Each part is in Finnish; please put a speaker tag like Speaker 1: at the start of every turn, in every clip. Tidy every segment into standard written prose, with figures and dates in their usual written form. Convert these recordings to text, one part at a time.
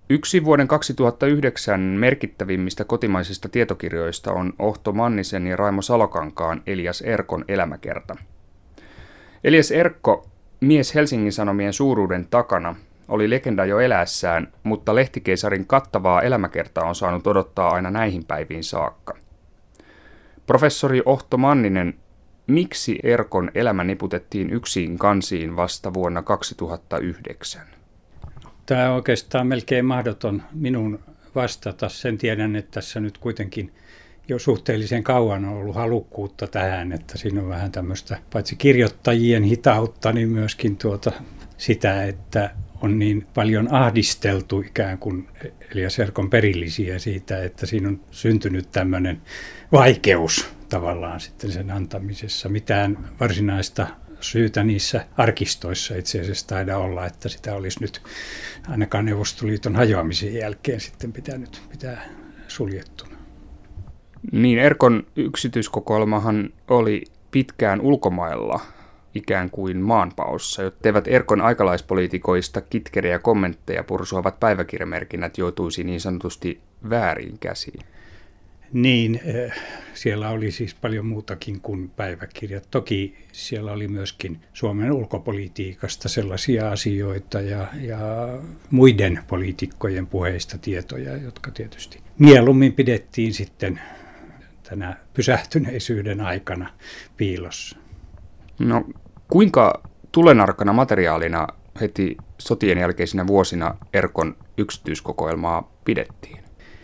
Speaker 1: Yksi vuoden 2009 merkittävimmistä kotimaisista tietokirjoista on Ohto Mannisen ja Raimo Salokankaan Elias Erkon elämäkerta. Elias Erkko, mies Helsingin Sanomien suuruuden takana, oli legenda jo eläessään, mutta lehtikeisarin kattavaa elämäkertaa on saanut odottaa aina näihin päiviin saakka. Professori Ohto Manninen, miksi Erkon elämä niputettiin yksiin kansiin vasta vuonna 2009?
Speaker 2: Tämä on oikeastaan melkein mahdoton minun vastata. Sen tiedän, että tässä nyt kuitenkin jo suhteellisen kauan on ollut halukkuutta tähän, että siinä on vähän tämmöistä paitsi kirjoittajien hitautta, niin myöskin sitä, että on niin paljon ahdisteltu ikään kuin Elias Erkon perillisiä siitä, että siinä on syntynyt tämmöinen vaikeus tavallaan sitten sen antamisessa. Mitään varsinaista syytä niissä arkistoissa itse asiassa taida olla, että sitä olisi nyt ainakaan Neuvostoliiton hajoamisen jälkeen sitten pitää suljettuna.
Speaker 1: Niin, Erkon yksityiskokoelmahan oli pitkään ulkomailla ikään kuin maanpaossa, jotteivät Erkon aikalaispoliitikoista kitkeriä kommentteja pursuavat päiväkirjamerkinnät joutuisi niin sanotusti vääriin käsiin.
Speaker 2: Niin, siellä oli siis paljon muutakin kuin päiväkirjat. Toki siellä oli myöskin Suomen ulkopolitiikasta sellaisia asioita ja muiden poliitikkojen puheista tietoja, jotka tietysti mieluummin pidettiin sitten tänä pysähtyneisyyden aikana piilossa.
Speaker 1: No, kuinka tulenarkkana materiaalina heti sotien jälkeisinä vuosina Erkon yksityiskokoelmaa pidettiin?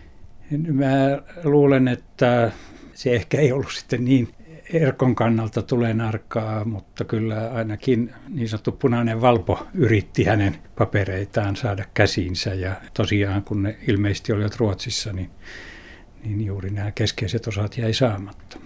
Speaker 2: Mä luulen, että se ehkä ei ollut sitten niin Erkon kannalta tulenarkkaa, mutta kyllä ainakin niin sanottu punainen valpo yritti hänen papereitaan saada käsiinsä. Ja tosiaan, kun ne ilmeisesti olivat Ruotsissa, niin juuri nämä keskeiset osat jäi saamatta.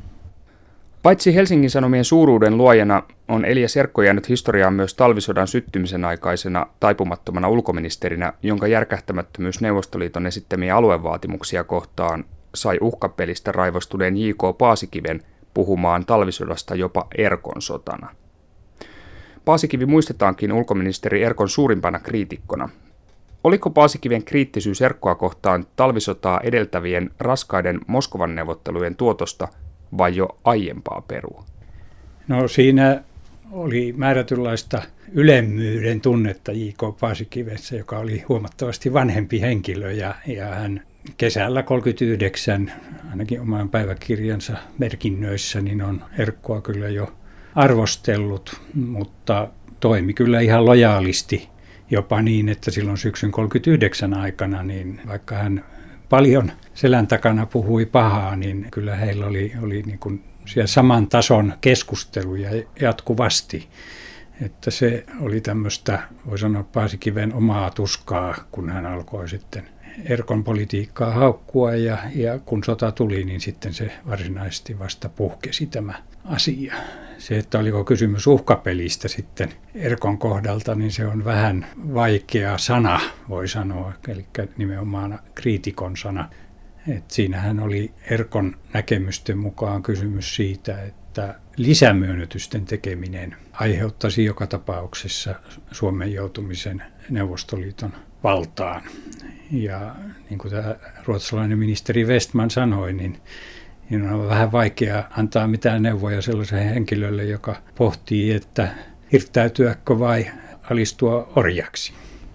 Speaker 1: Paitsi Helsingin Sanomien suuruuden luojana on Elias Erkko jäänyt historiaan myös talvisodan syttymisen aikaisena taipumattomana ulkoministerinä, jonka järkähtämättömyys Neuvostoliiton esittämiä aluevaatimuksia kohtaan sai uhkapelistä raivostuneen J.K. Paasikiven puhumaan talvisodasta jopa Erkon sotana. Paasikivi muistetaankin ulkoministeri Erkon suurimpana kriitikkona. Oliko Paasikiven kriittisyys Erkkoa kohtaan talvisotaa edeltävien raskaiden Moskovan neuvottelujen tuotosta vai jo aiempaa perua?
Speaker 2: No siinä oli määrätynlaista ylemmyyden tunnetta J.K. Paasikivessä, joka oli huomattavasti vanhempi henkilö ja hän kesällä 1939, ainakin oman päiväkirjansa merkinnöissä, niin on Erkkoa kyllä jo arvostellut, mutta toimi kyllä ihan lojaalisti jopa niin, että silloin syksyn 1939 aikana, niin vaikka hän paljon selän takana puhui pahaa, niin kyllä heillä oli niin kuin siellä saman tason keskusteluja jatkuvasti. Että se oli tämmöistä, voi sanoa, Paasikiven omaa tuskaa, kun hän alkoi sitten Erkon politiikkaa haukkua ja kun sota tuli, niin sitten se varsinaisesti vasta puhkesi tämä asia. Se, että oliko kysymys uhkapelistä sitten Erkon kohdalta, niin se on vähän vaikea sana, voi sanoa, eli nimenomaan kriitikon sana. Et siinähän oli Erkon näkemysten mukaan kysymys siitä, että lisämyönnytysten tekeminen aiheuttaisi joka tapauksessa Suomen joutumisen Neuvostoliiton valtaan. Ja niin kuin tämä ruotsalainen ministeri Westman sanoi, niin on vähän vaikea antaa mitään neuvoja sellaiselle henkilölle, joka pohtii, että hirttäytyäkö vai alistua orjaksi.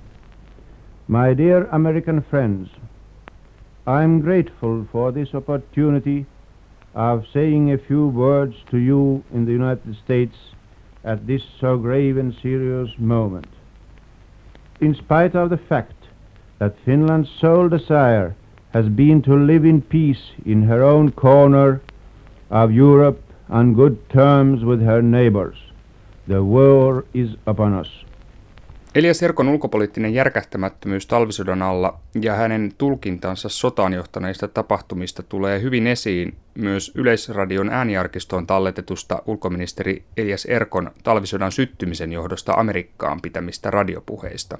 Speaker 3: My dear American friends, I am grateful for this opportunity of saying a few words to you in the United States at this so grave and serious moment. In spite of the fact that Finland's sole desire has been to live in peace in her own corner of Europe on good terms with her neighbors, the war is upon us.
Speaker 1: Elias Erkon ulkopoliittinen järkähtämättömyys talvisodan alla ja hänen tulkintansa sotaan johtaneista tapahtumista tulee hyvin esiin myös Yleisradion ääniarkistoon talletetusta ulkoministeri Elias Erkon talvisodan syttymisen johdosta Amerikkaan pitämistä radiopuheista.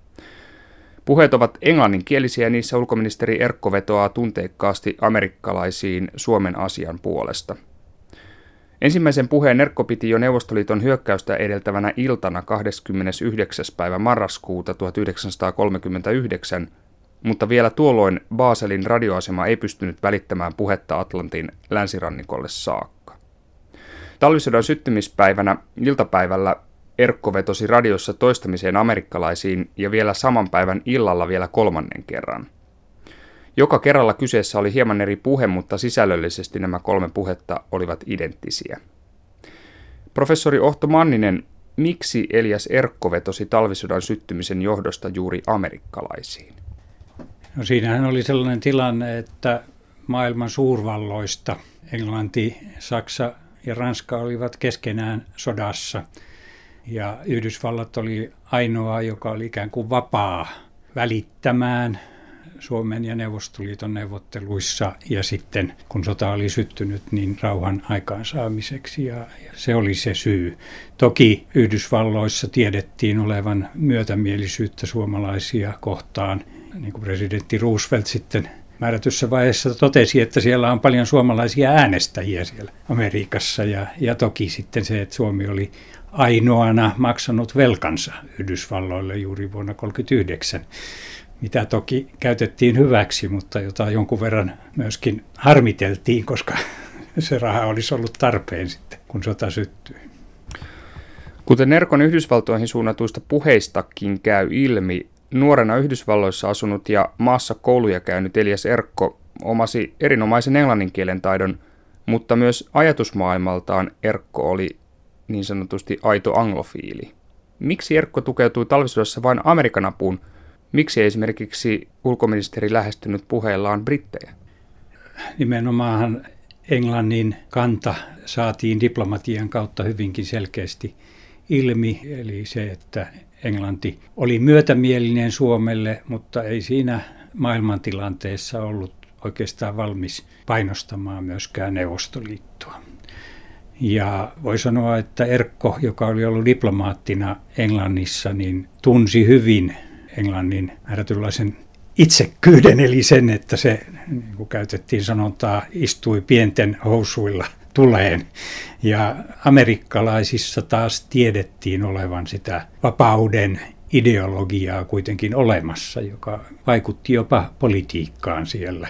Speaker 1: Puheet ovat englanninkielisiä ja niissä ulkoministeri Erkko vetoaa tunteikkaasti amerikkalaisiin Suomen asian puolesta. Ensimmäisen puheen Erkko piti jo Neuvostoliiton hyökkäystä edeltävänä iltana 29. päivä marraskuuta 1939, mutta vielä tuolloin Baselin radioasema ei pystynyt välittämään puhetta Atlantin länsirannikolle saakka. Talvisodan syttymispäivänä iltapäivällä Erkko vetosi radiossa toistamiseen amerikkalaisiin ja vielä saman päivän illalla vielä kolmannen kerran. Joka kerralla kyseessä oli hieman eri puhe, mutta sisällöllisesti nämä 3 puhetta olivat identtisiä. Professori Ohto Manninen, miksi Elias Erkko vetosi talvisodan syttymisen johdosta juuri amerikkalaisiin?
Speaker 2: No siinähän oli sellainen tilanne, että maailman suurvalloista Englanti, Saksa ja Ranska olivat keskenään sodassa. Ja Yhdysvallat oli ainoa, joka oli ikään kuin vapaa välittämään Suomen ja Neuvostoliiton neuvotteluissa ja sitten kun sota oli syttynyt, niin rauhan aikaansaamiseksi ja se oli se syy. Toki Yhdysvalloissa tiedettiin olevan myötämielisyyttä suomalaisia kohtaan, niin kuin presidentti Roosevelt sitten määrätyssä vaiheessa totesi, että siellä on paljon suomalaisia äänestäjiä siellä Amerikassa ja toki sitten se, että Suomi oli ainoana maksanut velkansa Yhdysvalloille juuri vuonna 1939, mitä toki käytettiin hyväksi, mutta jota jonkun verran myöskin harmiteltiin, koska se raha olisi ollut tarpeen sitten, kun sota syttyi.
Speaker 1: Kuten Erkon Yhdysvaltoihin suunnatuista puheistakin käy ilmi, nuorena Yhdysvalloissa asunut ja maassa kouluja käynyt Elias Erkko omasi erinomaisen englannin kielen taidon, mutta myös ajatusmaailmaltaan Erkko oli niin sanotusti aito anglofiili. Miksi Erkko tukeutui talvisodassa vain Amerikan apuun? Miksi esimerkiksi ulkoministeri lähestynyt puheellaan brittejä?
Speaker 2: Nimenomaan Englannin kanta saatiin diplomatian kautta hyvinkin selkeästi ilmi, eli se, että Englanti oli myötämielinen Suomelle, mutta ei siinä maailmantilanteessa ollut oikeastaan valmis painostamaan myöskään Neuvostoliittoa. Ja voi sanoa, että Erkko, joka oli ollut diplomaattina Englannissa, niin tunsi hyvin Englannin määrätynlaisen itsekkyyden, eli sen, että se, niin kuin käytettiin sanontaa, istui pienten housuilla tuleen. Ja amerikkalaisissa taas tiedettiin olevan sitä vapauden ideologiaa kuitenkin olemassa, joka vaikutti jopa politiikkaan siellä.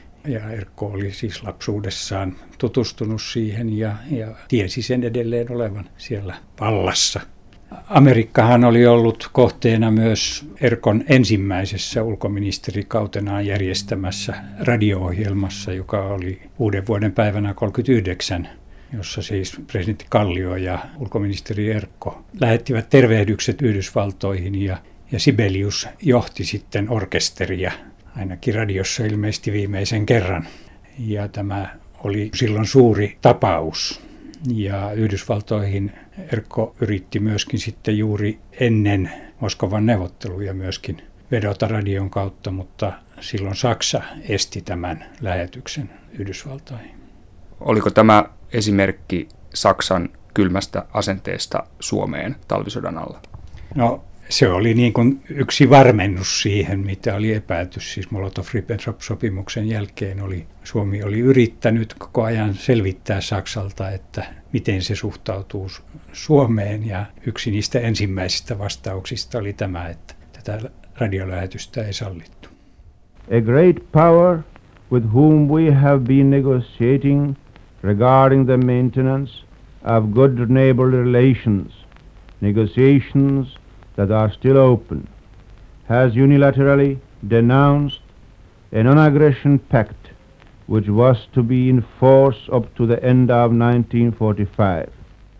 Speaker 2: Ja Erkko oli siis lapsuudessaan tutustunut siihen ja tiesi sen edelleen olevan siellä vallassa. Amerikkahan oli ollut kohteena myös Erkon ensimmäisessä ulkoministerikautenaan järjestämässä radio-ohjelmassa, joka oli uuden vuoden päivänä 1939, jossa siis presidentti Kallio ja ulkoministeri Erkko lähettivät tervehdykset Yhdysvaltoihin ja Sibelius johti sitten orkesteria, ainakin radiossa ilmeisesti viimeisen kerran. Ja tämä oli silloin suuri tapaus. Ja Yhdysvaltoihin Erkko yritti myöskin sitten juuri ennen Moskovan neuvotteluja myöskin vedota radion kautta, mutta silloin Saksa esti tämän lähetyksen Yhdysvaltoihin.
Speaker 1: Oliko tämä esimerkki Saksan kylmästä asenteesta Suomeen talvisodan alla?
Speaker 2: No se oli niin kuin yksi varmennus siihen, mitä oli epäilty. Siis Molotov-Ribbentrop-sopimuksen jälkeen Suomi oli yrittänyt koko ajan selvittää Saksalta, että miten se suhtautuu Suomeen. Ja yksi niistä ensimmäisistä vastauksista oli tämä, että tätä radiolähetystä ei sallittu.
Speaker 3: A great power with whom we have been negotiating regarding the maintenance of good neighborly relations, negotiations that are still open, has unilaterally denounced a non-aggression pact which was to be in force up to the end of 1945.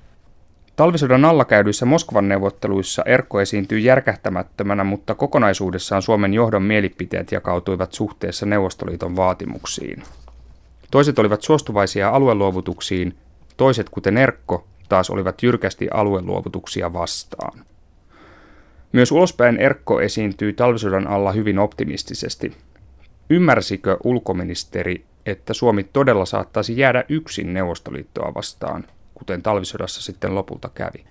Speaker 1: Talvisodan alla käydyissä Moskovan neuvotteluissa Erkko esiintyi järkähtämättömänä, mutta kokonaisuudessaan Suomen johdon mielipiteet jakautuivat suhteessa Neuvostoliiton vaatimuksiin. Toiset olivat suostuvaisia alueluovutuksiin, toiset kuten Erkko taas olivat jyrkästi alueluovutuksia vastaan. Myös ulospäin Erkko esiintyi talvisodan alla hyvin optimistisesti. Ymmärsikö ulkoministeri, että Suomi todella saattaisi jäädä yksin Neuvostoliittoa vastaan, kuten talvisodassa sitten lopulta kävi?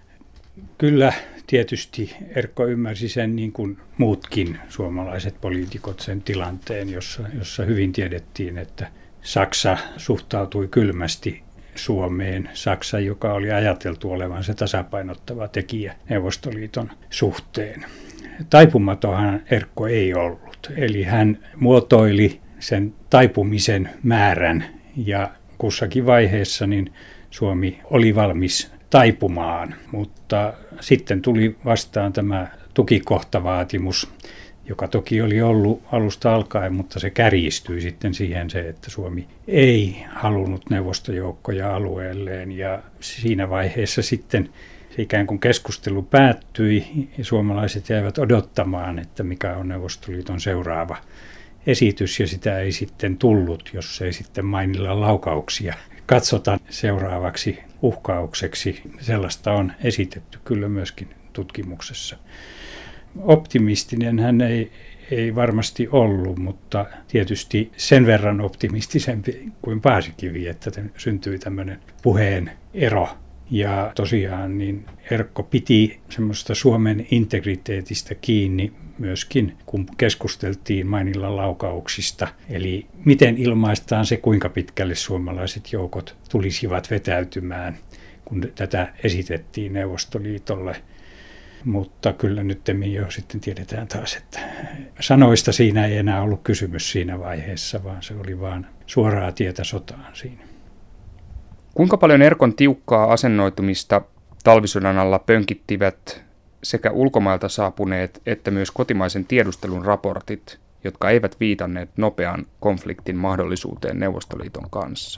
Speaker 2: Kyllä tietysti Erkko ymmärsi sen niin kuin muutkin suomalaiset poliitikot sen tilanteen, jossa hyvin tiedettiin, että Saksa suhtautui kylmästi Suomeen Saksa, joka oli ajateltu olevan se tasapainottava tekijä Neuvostoliiton suhteen. Taipumatonhan Erkko ei ollut, eli hän muotoili sen taipumisen määrän ja kussakin vaiheessa niin Suomi oli valmis taipumaan, mutta sitten tuli vastaan tämä tukikohtavaatimus, joka toki oli ollut alusta alkaen, mutta se kärjistyi sitten siihen se, että Suomi ei halunnut neuvostojoukkoja alueelleen ja siinä vaiheessa sitten se ikään kuin keskustelu päättyi ja suomalaiset jäivät odottamaan, että mikä on Neuvostoliiton seuraava esitys ja sitä ei sitten tullut, jos ei sitten Mainilan laukauksia katsota seuraavaksi uhkaukseksi. Sellaista on esitetty kyllä myöskin tutkimuksessa. Optimistinen hän ei varmasti ollut, mutta tietysti sen verran optimistisempi kuin Paasikivi, että syntyi tämmöinen puheen ero. Ja tosiaan niin Erkko piti semmoista Suomen integriteetistä kiinni myöskin, kun keskusteltiin Mainilan laukauksista. Eli miten ilmaistaan se, kuinka pitkälle suomalaiset joukot tulisivat vetäytymään, kun tätä esitettiin Neuvostoliitolle. Mutta kyllä nyt jo sitten tiedetään taas, että sanoista siinä ei enää ollut kysymys siinä vaiheessa, vaan se oli vaan suoraa tietä sotaan siinä.
Speaker 1: Kuinka paljon Erkon tiukkaa asennoitumista talvisodan alla pönkittivät sekä ulkomailta saapuneet että myös kotimaisen tiedustelun raportit, jotka eivät viitanneet nopean konfliktin mahdollisuuteen Neuvostoliiton kanssa?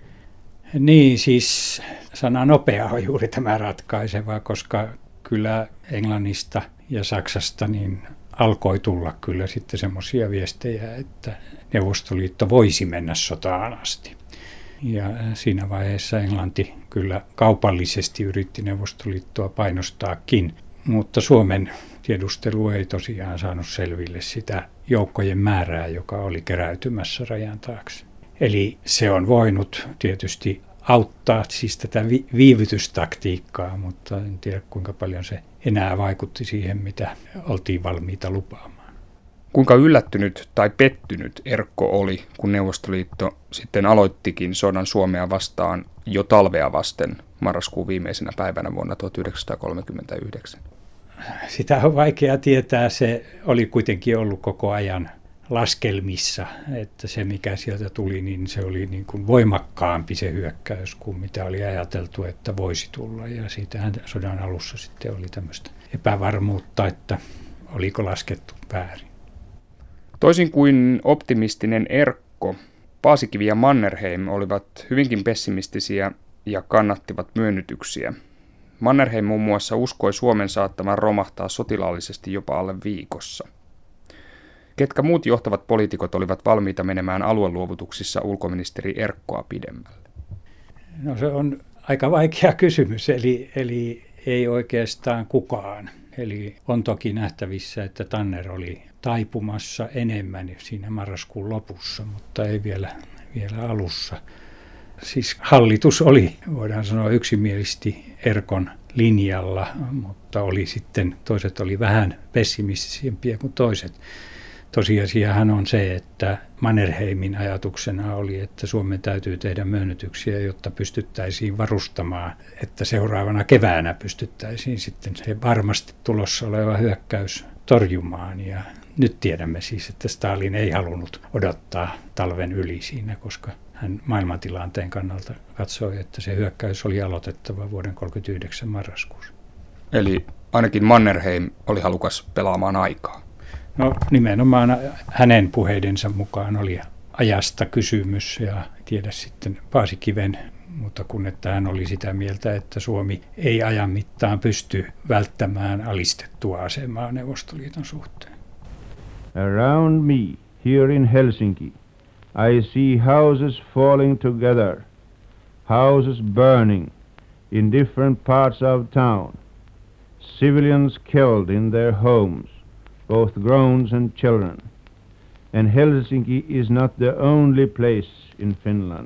Speaker 2: Niin, siis sana nopea on juuri tämä ratkaiseva, koska kyllä Englannista ja Saksasta niin alkoi tulla kyllä sitten semmoisia viestejä, että Neuvostoliitto voisi mennä sotaan asti. Ja siinä vaiheessa Englanti kyllä kaupallisesti yritti Neuvostoliittoa painostaakin, mutta Suomen tiedustelu ei tosiaan saanut selville sitä joukkojen määrää, joka oli keräytymässä rajan taakse. Eli se on voinut tietysti auttaa siis tätä viivytystaktiikkaa, mutta en tiedä kuinka paljon se enää vaikutti siihen, mitä oltiin valmiita lupaamaan.
Speaker 1: Kuinka yllättynyt tai pettynyt Erkko oli, kun Neuvostoliitto sitten aloittikin sodan Suomea vastaan jo talvea vasten marraskuun viimeisenä päivänä vuonna 1939?
Speaker 2: Sitä on vaikea tietää. Se oli kuitenkin ollut koko ajan laskelmissa, että se mikä sieltä tuli, niin se oli niin kuin voimakkaampi se hyökkäys kuin mitä oli ajateltu, että voisi tulla. Ja siitähän sodan alussa sitten oli tämmöistä epävarmuutta, että oliko laskettu väärin.
Speaker 1: Toisin kuin optimistinen Erkko, Paasikivi ja Mannerheim olivat hyvinkin pessimistisiä ja kannattivat myönnytyksiä. Mannerheim muun muassa uskoi Suomen saattavan romahtaa sotilaallisesti jopa alle viikossa. Ketkä muut johtavat poliitikot olivat valmiita menemään alueluovutuksissa ulkoministeri Erkkoa pidemmälle?
Speaker 2: No se on aika vaikea kysymys, eli ei oikeastaan kukaan. Eli on toki nähtävissä, että Tanner oli taipumassa enemmän siinä marraskuun lopussa, mutta ei vielä alussa. Siis hallitus oli, voidaan sanoa yksimielisesti Erkon linjalla, mutta oli sitten, toiset oli vähän pessimistisempiä kuin toiset. Tosiasiahan on se, että Mannerheimin ajatuksena oli, että Suomen täytyy tehdä myönnytyksiä, jotta pystyttäisiin varustamaan, että seuraavana keväänä pystyttäisiin sitten se varmasti tulossa oleva hyökkäys torjumaan. Ja nyt tiedämme siis, että Stalin ei halunnut odottaa talven yli siinä, koska hän maailmantilanteen kannalta katsoi, että se hyökkäys oli aloitettava vuoden 1939 marraskuussa.
Speaker 1: Eli ainakin Mannerheim oli halukas pelaamaan aikaa.
Speaker 2: No nimenomaan hänen puheidensa mukaan oli ajasta kysymys ja tiedä sitten Paasikiven, mutta kun että hän oli sitä mieltä, että Suomi ei ajan mittaan pysty välttämään alistettua asemaa Neuvostoliiton suhteen.
Speaker 3: Around me, here in Helsinki, I see houses falling together, houses burning in different parts of town, civilians killed in their homes, both grown and children. And Helsinki is not the only place in Finland.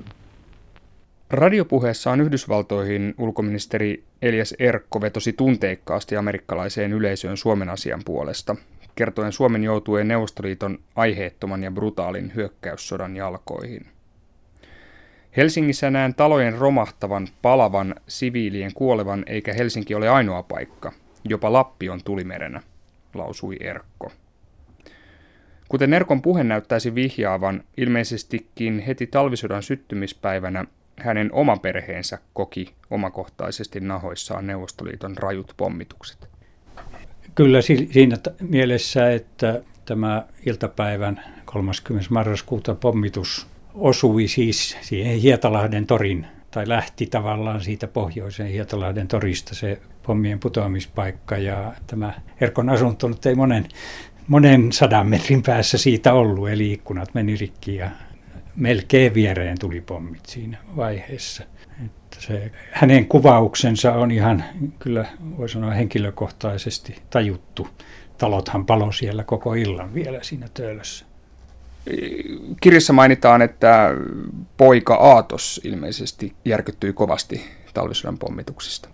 Speaker 1: Radiopuheessaan Yhdysvaltoihin ulkoministeri Elias Erkko vetosi tunteikkaasti amerikkalaiseen yleisöön Suomen asian puolesta, kertoen Suomen joutuen Neuvostoliiton aiheettoman ja brutaalin hyökkäyssodan jalkoihin. Helsingissä näen talojen romahtavan, palavan, siviilien kuolevan, eikä Helsinki ole ainoa paikka. Jopa Lappi on tulimerenä, lausui Erkko. Kuten Erkon puhe näyttäisi vihjaavan, ilmeisestikin heti talvisodan syttymispäivänä hänen oma perheensä koki omakohtaisesti nahoissaan Neuvostoliiton rajut pommitukset.
Speaker 2: Kyllä siinä mielessä, että tämä iltapäivän 30. marraskuuta pommitus osui siis siihen Hietalahden torin, tai lähti tavallaan siitä pohjoisen Hietalahden torista se pommien putoamispaikka, ja tämä Erkon asunto nyt ei monen 100 metrin päässä siitä ollut, eli ikkunat meni rikki ja melkein viereen tuli pommit siinä vaiheessa. Että se, hänen kuvauksensa on ihan, kyllä voi sanoa henkilökohtaisesti tajuttu. Talothan palo siellä koko illan vielä siinä Töölössä.
Speaker 1: Kirjassa mainitaan, että poika Aatos ilmeisesti järkyttyi kovasti talvisodan pommituksista.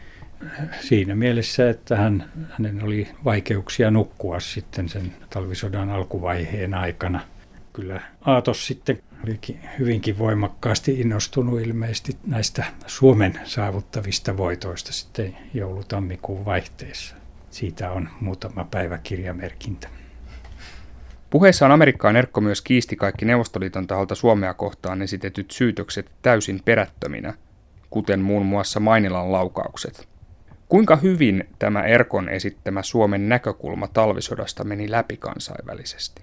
Speaker 2: Siinä mielessä, että hänen oli vaikeuksia nukkua sitten sen talvisodan alkuvaiheen aikana. Kyllä Aatos sitten olikin hyvinkin voimakkaasti innostunut ilmeisesti näistä Suomen saavuttavista voitoista sitten joulu-tammikuun vaihteessa. Siitä on muutama päiväkirjamerkintä.
Speaker 1: Puheessaan Amerikkaan Erkko myös kiisti kaikki Neuvostoliiton taholta Suomea kohtaan esitetyt syytökset täysin perättöminä, kuten muun muassa Mainilan laukaukset. Kuinka hyvin tämä Erkon esittämä Suomen näkökulma talvisodasta meni läpi kansainvälisesti?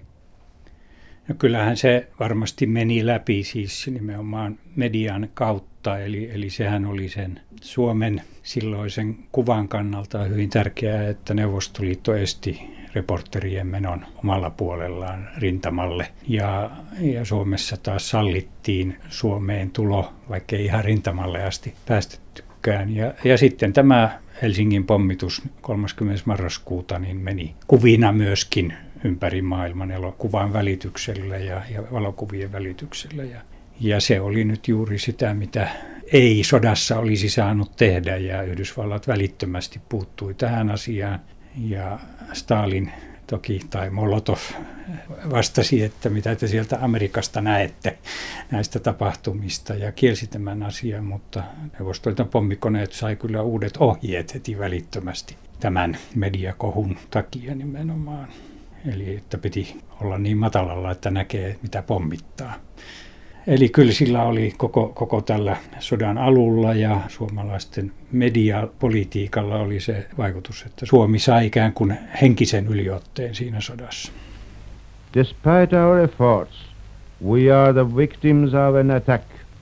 Speaker 2: No kyllähän se varmasti meni läpi siis nimenomaan median kautta, eli sehän oli sen Suomen silloisen kuvan kannalta hyvin tärkeää, että Neuvostoliitto esti reporterien menon omalla puolellaan rintamalle. Ja Suomessa taas sallittiin Suomeen tulo, vaikka ei ihan rintamalle asti päästettykään. Ja sitten tämä Helsingin pommitus 30. marraskuuta niin meni kuvina myöskin ympäri maailman elokuvan välityksellä ja valokuvien välityksellä. Ja se oli nyt juuri sitä, mitä ei sodassa olisi saanut tehdä, ja Yhdysvallat välittömästi puuttui tähän asiaan. Ja Stalin toki, tai Molotov vastasi, että mitä te sieltä Amerikasta näette näistä tapahtumista, ja kielsi tämän asian, mutta Neuvostoliiton pommikoneet sai kyllä uudet ohjeet heti välittömästi tämän mediakohun takia nimenomaan. Eli että piti olla niin matalalla, että näkee mitä pommittaa. Eli kyllä sillä oli koko tällä sodan alulla ja suomalaisten mediapolitiikalla oli se vaikutus, että Suomi sai ikään kuin henkisen yliotteen siinä sodassa.
Speaker 3: Despite our efforts, we are the victims of an attack.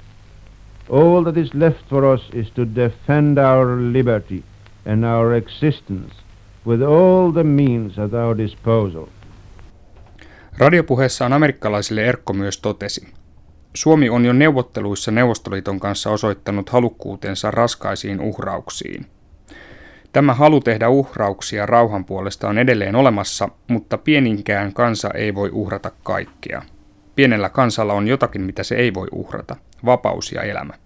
Speaker 3: All that is left for us is to defend our liberty and our existence with all the means at our disposal.
Speaker 1: Radiopuheessaan amerikkalaisille Erkko myös totesi: Suomi on jo neuvotteluissa Neuvostoliiton kanssa osoittanut halukkuutensa raskaisiin uhrauksiin. Tämä halu tehdä uhrauksia rauhan puolesta on edelleen olemassa, mutta pieninkään kansa ei voi uhrata kaikkea. Pienellä kansalla on jotakin, mitä se ei voi uhrata: vapaus ja elämä.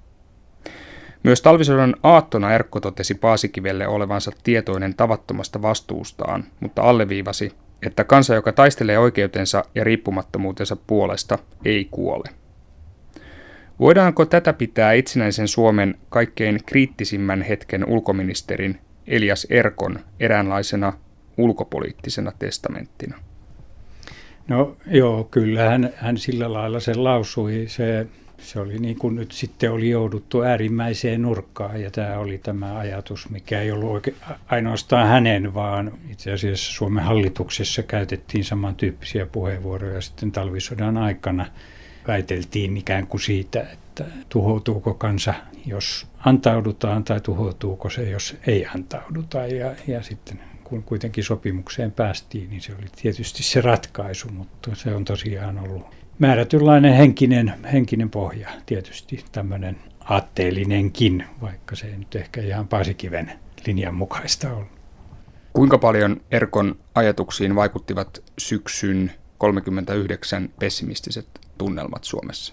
Speaker 1: Myös talvisodan aattona Erkko totesi Paasikivelle olevansa tietoinen tavattomasta vastuustaan, mutta alleviivasi, että kansa, joka taistelee oikeutensa ja riippumattomuutensa puolesta, ei kuole. Voidaanko tätä pitää itsenäisen Suomen kaikkein kriittisimmän hetken ulkoministerin Elias Erkon eräänlaisena ulkopoliittisena testamenttina?
Speaker 2: No joo, kyllä hän sillä lailla sen lausui. Se oli niin kuin nyt sitten oli jouduttu äärimmäiseen nurkkaan, ja tämä oli tämä ajatus, mikä ei ollut ainoastaan hänen, vaan itse asiassa Suomen hallituksessa käytettiin samantyyppisiä puheenvuoroja sitten talvisodan aikana. Väiteltiin ikään kuin siitä, että tuhoutuuko kansa, jos antaudutaan, tai tuhoutuuko se, jos ei antauduta. Ja sitten kun kuitenkin sopimukseen päästiin, niin se oli tietysti se ratkaisu, mutta se on tosiaan ollut määrätynlainen henkinen pohja, tietysti tämmöinen aatteellinenkin, vaikka se ei nyt ehkä ihan Paasikiven linjan mukaista ollut.
Speaker 1: Kuinka paljon Erkon ajatuksiin vaikuttivat syksyn 1939 pessimistiset tunnelmat Suomessa?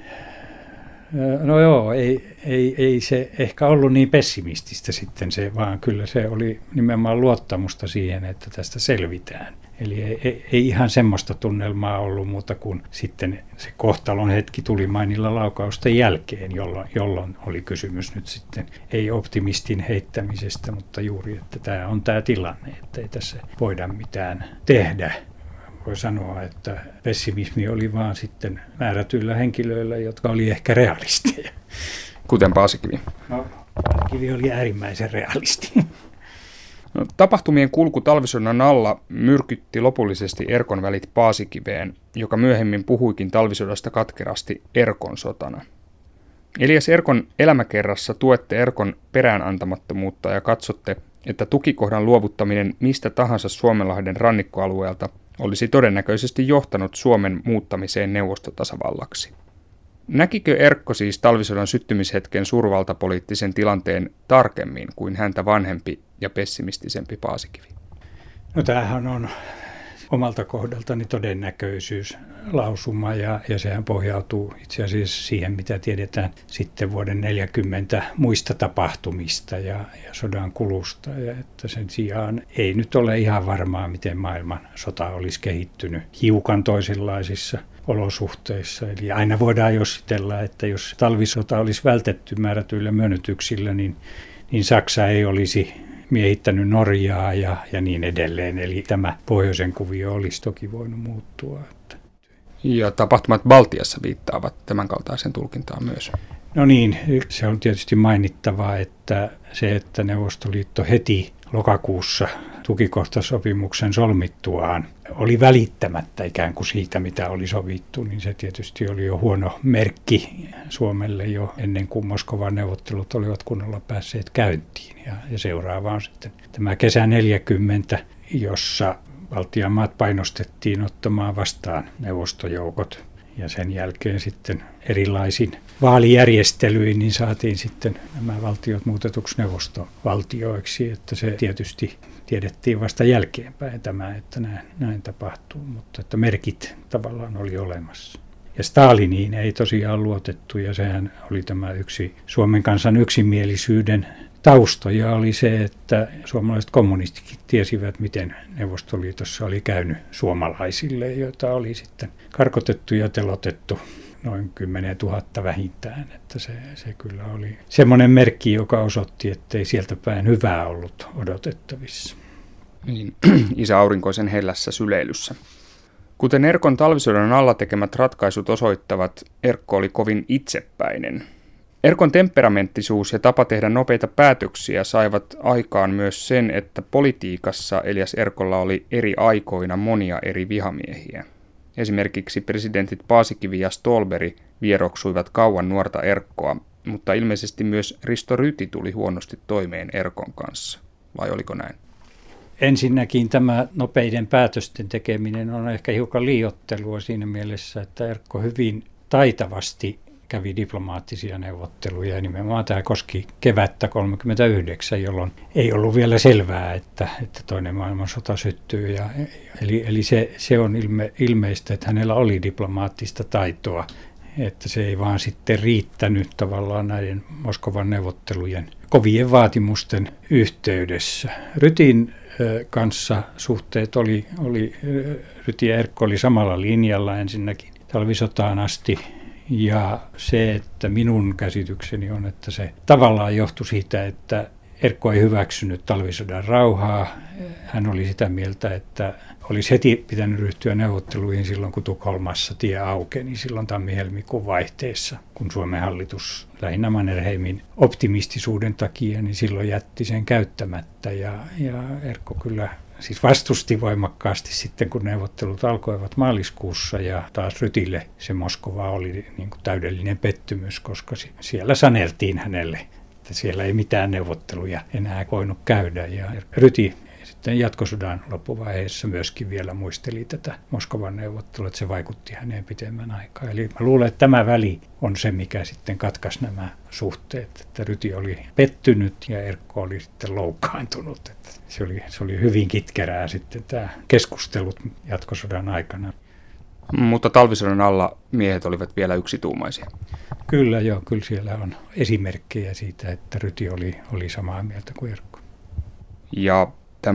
Speaker 2: No joo, ei se ehkä ollut niin pessimististä sitten se, vaan kyllä se oli nimenomaan luottamusta siihen, että tästä selvitään. Eli ei ihan semmoista tunnelmaa ollut muuta kuin sitten se kohtalon hetki tuli mainilla laukausten jälkeen, jolloin oli kysymys nyt sitten ei optimistin heittämisestä, mutta juuri, että tämä on tämä tilanne, että ei tässä voida mitään tehdä. Voi sanoa, että pessimismi oli vaan sitten määrätyillä henkilöillä, jotka oli ehkä realisteja.
Speaker 1: Kuten Paasikivi.
Speaker 2: No, Paasikivi oli äärimmäisen realisti.
Speaker 1: No, tapahtumien kulku talvisodan alla myrkytti lopullisesti Erkon välit Paasikiveen, joka myöhemmin puhuikin talvisodasta katkerasti Erkon sotana. Elias Erkon elämäkerrassa tuette Erkon peräänantamattomuutta ja katsotte, että tukikohdan luovuttaminen mistä tahansa Suomenlahden rannikkoalueelta olisi todennäköisesti johtanut Suomen muuttamiseen neuvostotasavallaksi. Näkikö Erkko siis talvisodan syttymishetken suurvaltapoliittisen tilanteen tarkemmin kuin häntä vanhempi ja pessimistisempi Paasikivi?
Speaker 2: No tämähän on omalta kohdaltani todennäköisyyslausuma ja sehän pohjautuu itse asiassa siihen, mitä tiedetään sitten vuoden 40 muista tapahtumista ja sodan kulusta. Ja että sen sijaan ei nyt ole ihan varmaa, miten maailman sota olisi kehittynyt hiukan toisenlaisissa olosuhteissa. Eli aina voidaan jossitella, että jos talvisota olisi vältetty määrätyillä myönnytyksillä, niin Saksa ei olisi miehittänyt Norjaa ja niin edelleen. Eli tämä pohjoisen kuvio olisi toki voinut muuttua.
Speaker 1: Ja tapahtumat Baltiassa viittaavat tämän kaltaisen tulkintaan myös.
Speaker 2: No niin, se on tietysti mainittavaa, että se, että Neuvostoliitto heti lokakuussa tukikohtasopimuksen solmittuaan oli välittämättä ikään kuin siitä, mitä oli sovittu, niin se tietysti oli jo huono merkki Suomelle jo ennen kuin Moskovan neuvottelut olivat kunnolla päässeet käyntiin. Ja seuraava on sitten tämä kesä 40, jossa Baltian maat painostettiin ottamaan vastaan neuvostojoukot. Ja sen jälkeen sitten erilaisin vaalijärjestelyin niin saatiin sitten nämä valtiot muutetuksi neuvostovaltioiksi, että se tietysti tiedettiin vasta jälkeenpäin tämä, että näin tapahtuu, mutta että merkit tavallaan oli olemassa. Ja Staliniin ei tosiaan luotettu ja sehän oli tämä yksi Suomen kansan yksimielisyyden taustoja oli se, että suomalaiset kommunistitkin tiesivät, miten Neuvostoliitossa oli käynyt suomalaisille, joita oli sitten karkotettu ja telotettu noin 10 000 vähintään. Että se kyllä oli semmoinen merkki, joka osoitti, ettei sieltä päin hyvää ollut odotettavissa.
Speaker 1: Niin, isä aurinkoisen hellässä syleilyssä. Kuten Erkon talvisodan alla tekemät ratkaisut osoittavat, Erkko oli kovin itsepäinen. Erkon temperamenttisuus ja tapa tehdä nopeita päätöksiä saivat aikaan myös sen, että politiikassa Elias Erkolla oli eri aikoina monia eri vihamiehiä. Esimerkiksi presidentit Paasikivi ja Ståhlberg vieroksuivat kauan nuorta Erkkoa, mutta ilmeisesti myös Risto Ryti tuli huonosti toimeen Erkon kanssa. Vai oliko näin?
Speaker 2: Ensinnäkin tämä nopeiden päätösten tekeminen on ehkä hiukan liioittelua siinä mielessä, että Erkko hyvin taitavasti kävi diplomaattisia neuvotteluja ja nimenomaan tämä koski kevättä 1939, jolloin ei ollut vielä selvää, että toinen maailmansota syttyy. Eli se on ilmeistä, että hänellä oli diplomaattista taitoa, että se ei vaan sitten riittänyt tavallaan näiden Moskovan neuvottelujen kovien vaatimusten yhteydessä. Rytin kanssa suhteet Ryti ja Erkko oli samalla linjalla ensinnäkin talvisotaan asti. Ja se, että minun käsitykseni on, että se tavallaan johtui siitä, että Erkko ei hyväksynyt talvisodan rauhaa. Hän oli sitä mieltä, että olisi heti pitänyt ryhtyä neuvotteluihin silloin, kun Tukholmassa tie aukeni, silloin tammi-helmikuun vaihteessa, kun Suomen hallitus lähinnä Mannerheimin optimistisuuden takia, niin silloin jätti sen käyttämättä. Ja Erkko kyllä siis vastusti voimakkaasti sitten, kun neuvottelut alkoivat maaliskuussa ja taas Rytille se Moskova oli niin kuin täydellinen pettymys, koska siellä saneltiin hänelle, että siellä ei mitään neuvotteluja enää voinut käydä. Ja Ryti sitten jatkosodan loppuvaiheessa myöskin vielä muisteli tätä Moskovan neuvottelua, että se vaikutti häneen pitemmän aikaa. Eli mä luulen, että tämä väli on se, mikä sitten katkaisi nämä suhteet, että Ryti oli pettynyt ja Erkko oli sitten loukkaantunut. Että se oli hyvin kitkerää sitten tämä keskustelut jatkosodan aikana.
Speaker 1: Mutta talvisodan alla miehet olivat vielä yksituumaisia.
Speaker 2: Kyllä siellä on esimerkkejä siitä, että Ryti oli samaa mieltä kuin Erkko.
Speaker 1: Ja tämä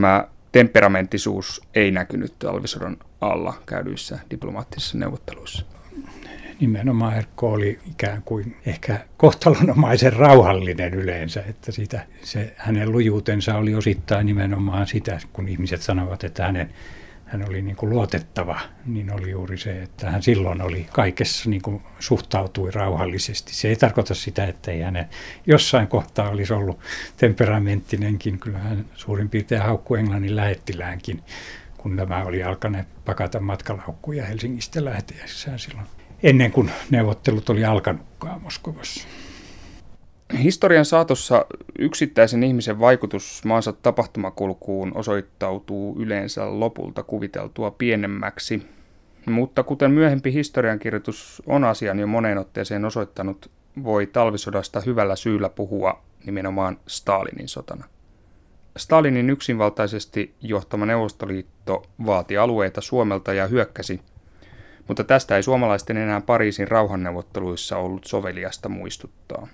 Speaker 1: temperamenttisuus ei näkynyt talvisodan alla käydyissä diplomaattisissa neuvotteluissa.
Speaker 2: Nimenomaan Erkko oli ikään kuin ehkä kohtalonomaisen rauhallinen yleensä, että hänen lujuutensa oli osittain nimenomaan sitä, kun ihmiset sanovat, että hän oli niin kuin luotettava, niin oli juuri se, että hän silloin oli kaikessa niin kuin suhtautui rauhallisesti. Se ei tarkoita sitä, että ei hänen jossain kohtaa olisi ollut temperamenttinenkin. Kyllä hän suurin piirtein haukkui Englannin lähettiläänkin, kun tämä oli alkanut pakata matkalaukkuja Helsingistä lähteessään silloin, ennen kuin neuvottelut oli alkanutkaan Moskovassa.
Speaker 1: Historian saatossa yksittäisen ihmisen vaikutus maansa tapahtumakulkuun osoittautuu yleensä lopulta kuviteltua pienemmäksi, mutta kuten myöhempi historiankirjoitus on asian jo moneen otteeseen osoittanut, voi talvisodasta hyvällä syyllä puhua nimenomaan Stalinin sotana. Stalinin yksinvaltaisesti johtama Neuvostoliitto vaati alueita Suomelta ja hyökkäsi, mutta tästä ei suomalaisten enää Pariisin rauhanneuvotteluissa ollut soveliasta muistuttaa.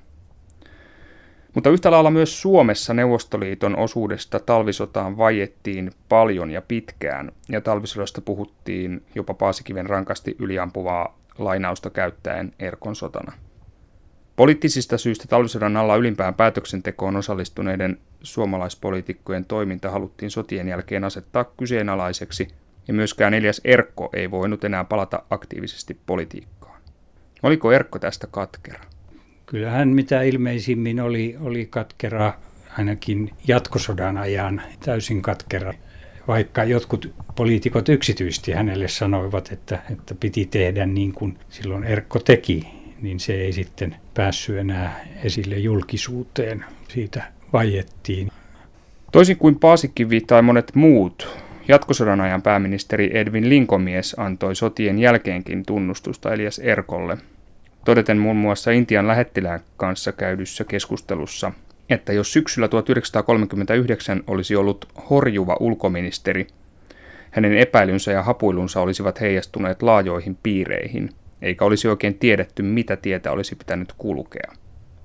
Speaker 1: Mutta yhtä lailla myös Suomessa Neuvostoliiton osuudesta talvisotaan vaiettiin paljon ja pitkään, ja talvisodasta puhuttiin jopa Paasikiven rankasti yliampuvaa lainausta käyttäen Erkon sotana. Poliittisista syistä talvisodan alla ylimpään päätöksentekoon osallistuneiden suomalaispoliitikkojen toiminta haluttiin sotien jälkeen asettaa kyseenalaiseksi, ja myöskään Elias Erkko ei voinut enää palata aktiivisesti politiikkaan. Oliko Erkko tästä katkera?
Speaker 2: Kyllähän mitä ilmeisimmin oli katkera, ainakin jatkosodan ajan täysin katkera. Vaikka jotkut poliitikot yksityisesti hänelle sanoivat, että piti tehdä niin kuin silloin Erkko teki, niin se ei sitten päässyt enää esille julkisuuteen. Siitä vaiettiin.
Speaker 1: Toisin kuin Paasikivi tai monet muut, jatkosodan ajan pääministeri Edwin Linkomies antoi sotien jälkeenkin tunnustusta Elias Erkolle, todeten muun muassa Intian lähettilään kanssa käydyssä keskustelussa, että jos syksyllä 1939 olisi ollut horjuva ulkoministeri, hänen epäilynsä ja hapuilunsa olisivat heijastuneet laajoihin piireihin, eikä olisi oikein tiedetty, mitä tietä olisi pitänyt kulkea.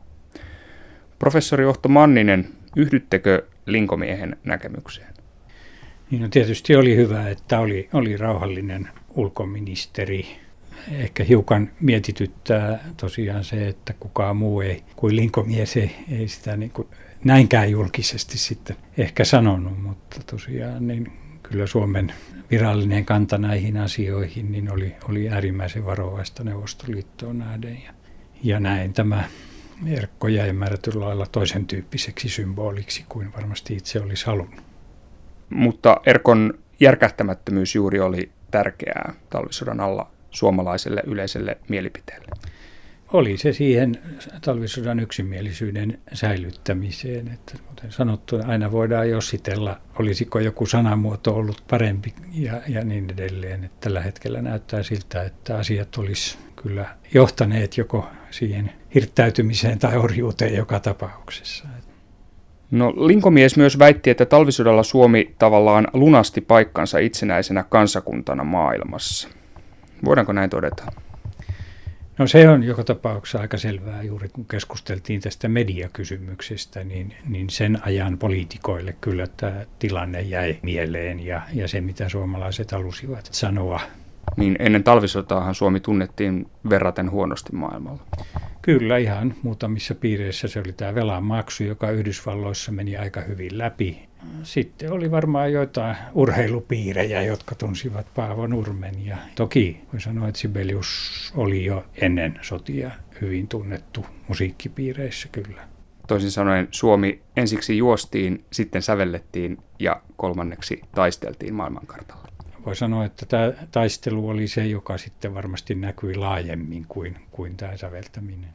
Speaker 1: Professori Otto Manninen, yhdyttekö Linkomiehen näkemykseen?
Speaker 2: Niin no tietysti oli hyvä, että oli rauhallinen ulkoministeri. Ehkä hiukan mietityttää tosiaan se, että kukaan muu kuin Linkomies ei sitä niin kuin näinkään julkisesti sitten ehkä sanonut, mutta tosiaan niin kyllä Suomen virallinen kanta näihin asioihin niin oli äärimmäisen varovaista Neuvostoliittoon nähden. Ja näin tämä Erkko jäi määrätyllä lailla toisen tyyppiseksi symboliksi kuin varmasti itse olisi halunnut.
Speaker 1: Mutta Erkon järkähtämättömyys juuri oli tärkeää talvisodan alla suomalaiselle yleiselle mielipiteelle.
Speaker 2: Oli se siihen talvisodan yksimielisyyden säilyttämiseen, että kuten sanottu, aina voidaan jossitella, olisiko joku sanamuoto ollut parempi ja niin edelleen. Että tällä hetkellä näyttää siltä, että asiat olisi kyllä johtaneet joko siihen hirttäytymiseen tai orjuuteen joka tapauksessa.
Speaker 1: No, Linkomies myös väitti, että talvisodalla Suomi tavallaan lunasti paikkansa itsenäisenä kansakuntana maailmassa. Voidaanko näin todeta?
Speaker 2: No se on joka tapauksessa aika selvää, juuri kun keskusteltiin tästä mediakysymyksestä, niin sen ajan poliitikoille kyllä tämä tilanne jäi mieleen ja se, mitä suomalaiset halusivat sanoa.
Speaker 1: Niin ennen talvisotaahan Suomi tunnettiin verraten huonosti maailmalla.
Speaker 2: Kyllä, ihan muutamissa piireissä se oli tämä velanmaksu, joka Yhdysvalloissa meni aika hyvin läpi. Sitten oli varmaan joitain urheilupiirejä, jotka tunsivat Paavo Nurmen. Ja toki voi sanoa, että Sibelius oli jo ennen sotia hyvin tunnettu musiikkipiireissä kyllä.
Speaker 1: Toisin sanoen Suomi ensiksi juostiin, sitten sävellettiin ja kolmanneksi taisteltiin maailmankartalla.
Speaker 2: Voi sanoa, että tämä taistelu oli se, joka sitten varmasti näkyi laajemmin kuin tämä säveltäminen.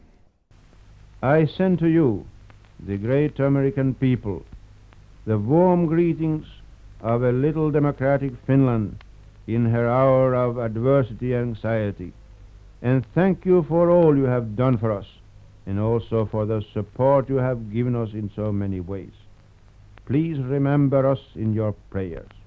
Speaker 3: I send to you, the great American people, the warm greetings of a little democratic Finland in her hour of adversity and anxiety, and thank you for all you have done for us, and also for the support you have given us in so many ways. Please remember us in your prayers.